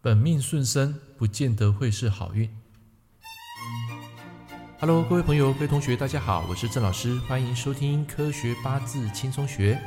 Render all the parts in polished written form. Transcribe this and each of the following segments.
本命顺生不见得会是好运。Hello， 各位朋友、各位同学，大家好，我是郑老师，欢迎收听科学八字轻松学。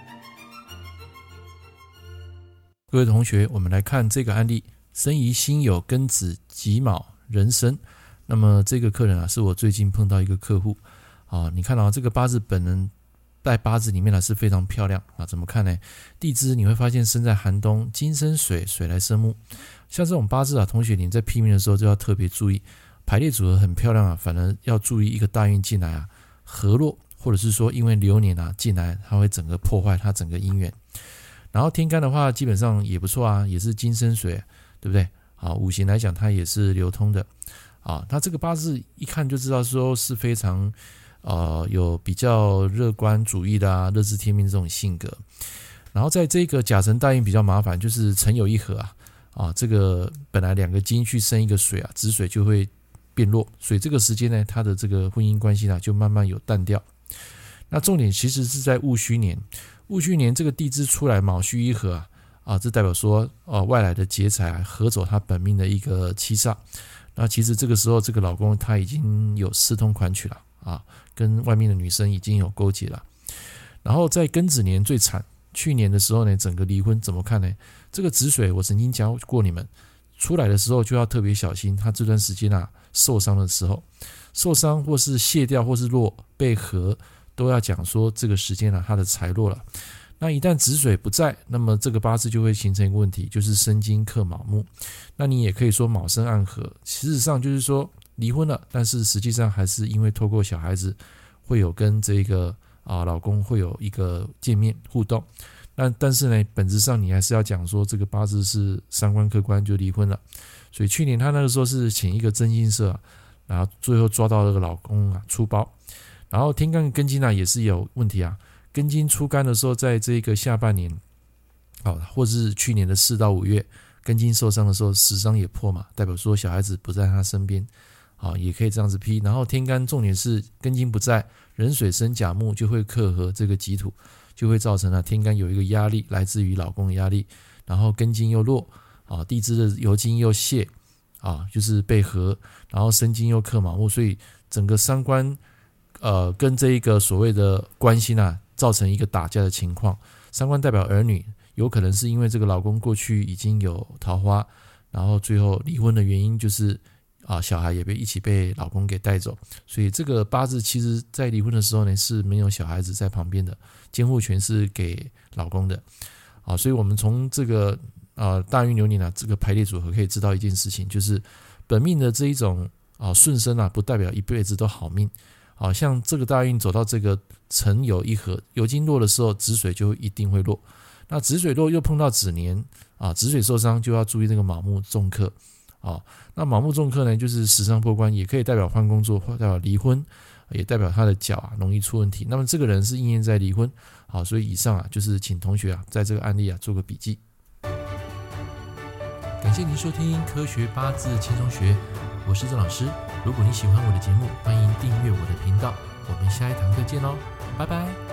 各位同学，我们来看这个案例：生于辛酉庚子己卯壬申。那么这个客人是我最近碰到一个客户你看这个八字本人在八字里面是非常漂亮怎么看呢？地支你会发现生在寒冬，金生水，水来生木。像这种八字同学你在批命的时候就要特别注意，排列组合很漂亮反而要注意一个大运进来合落，或者是说因为流年进来，它会整个破坏它整个姻缘。然后天干的话基本上也不错也是金生水，对不对？五行来讲它也是流通的那这个八字一看就知道说是非常有比较乐观主义的乐知天命这种性格。然后在这个甲辰大运比较麻烦，就是辰酉一合这个本来两个金去生一个水子水就会变弱，所以这个时间呢，他的这个婚姻关系就慢慢有淡掉。那重点其实是在戊戌年，戊戌年这个地支出来卯戌一合这代表说外来的劫财合走他本命的一个七煞。那其实这个时候这个老公他已经有私通款曲了跟外面的女生已经有勾结了。然后在庚子年最惨，去年的时候呢，整个离婚怎么看呢？这个子水我曾经教过你们，出来的时候就要特别小心，他这段时间受伤的时候，受伤或是卸掉或是弱被合，都要讲说这个时间他的财弱了。那一旦子水不在，那么这个八字就会形成一个问题，就是生金克卯木。那你也可以说卯申暗合，事实上就是说离婚了，但是实际上还是因为透过小孩子会有跟这个老公会有一个见面互动。但是呢，本质上你还是要讲说这个八字是三观客观就离婚了。所以去年他那个时候是请一个征信社然后最后抓到那个老公出包。然后天干庚金也是有问题庚金出干的时候，在这个下半年或是去年的4到5月，庚金受伤的时候食伤也破嘛，代表说小孩子不在他身边也可以这样子批。然后天干重点是庚金不在，壬水生甲木就会克合这个己土，就会造成天干有一个压力，来自于老公的压力。然后庚金又弱地支的酉金又泄就是被合，然后申金又克卯木，所以整个三观跟这一个所谓的关系造成一个打架的情况。三观代表儿女，有可能是因为这个老公过去已经有桃花，然后最后离婚的原因就是小孩也一起被老公给带走。所以这个八字其实在离婚的时候呢是没有小孩子在旁边的，监护权是给老公的所以我们从这个大运流年这个排列组合可以知道一件事情，就是本命的这一种顺生不代表一辈子都好命。像这个大运走到这个辰酉一合，酉金弱的时候子水就一定会弱。那子水弱又碰到子年子水受伤就要注意这个卯木重克那卯木重克呢，就是食伤破关，也可以代表换工作，代表离婚，也代表他的脚容易出问题。那么这个人是应验在离婚所以以上就是请同学在这个案例做个笔记。感谢您收听科学八字轻松学，我是郑老师。如果你喜欢我的节目，欢迎订阅我的频道。我们下一堂课见咯，拜拜。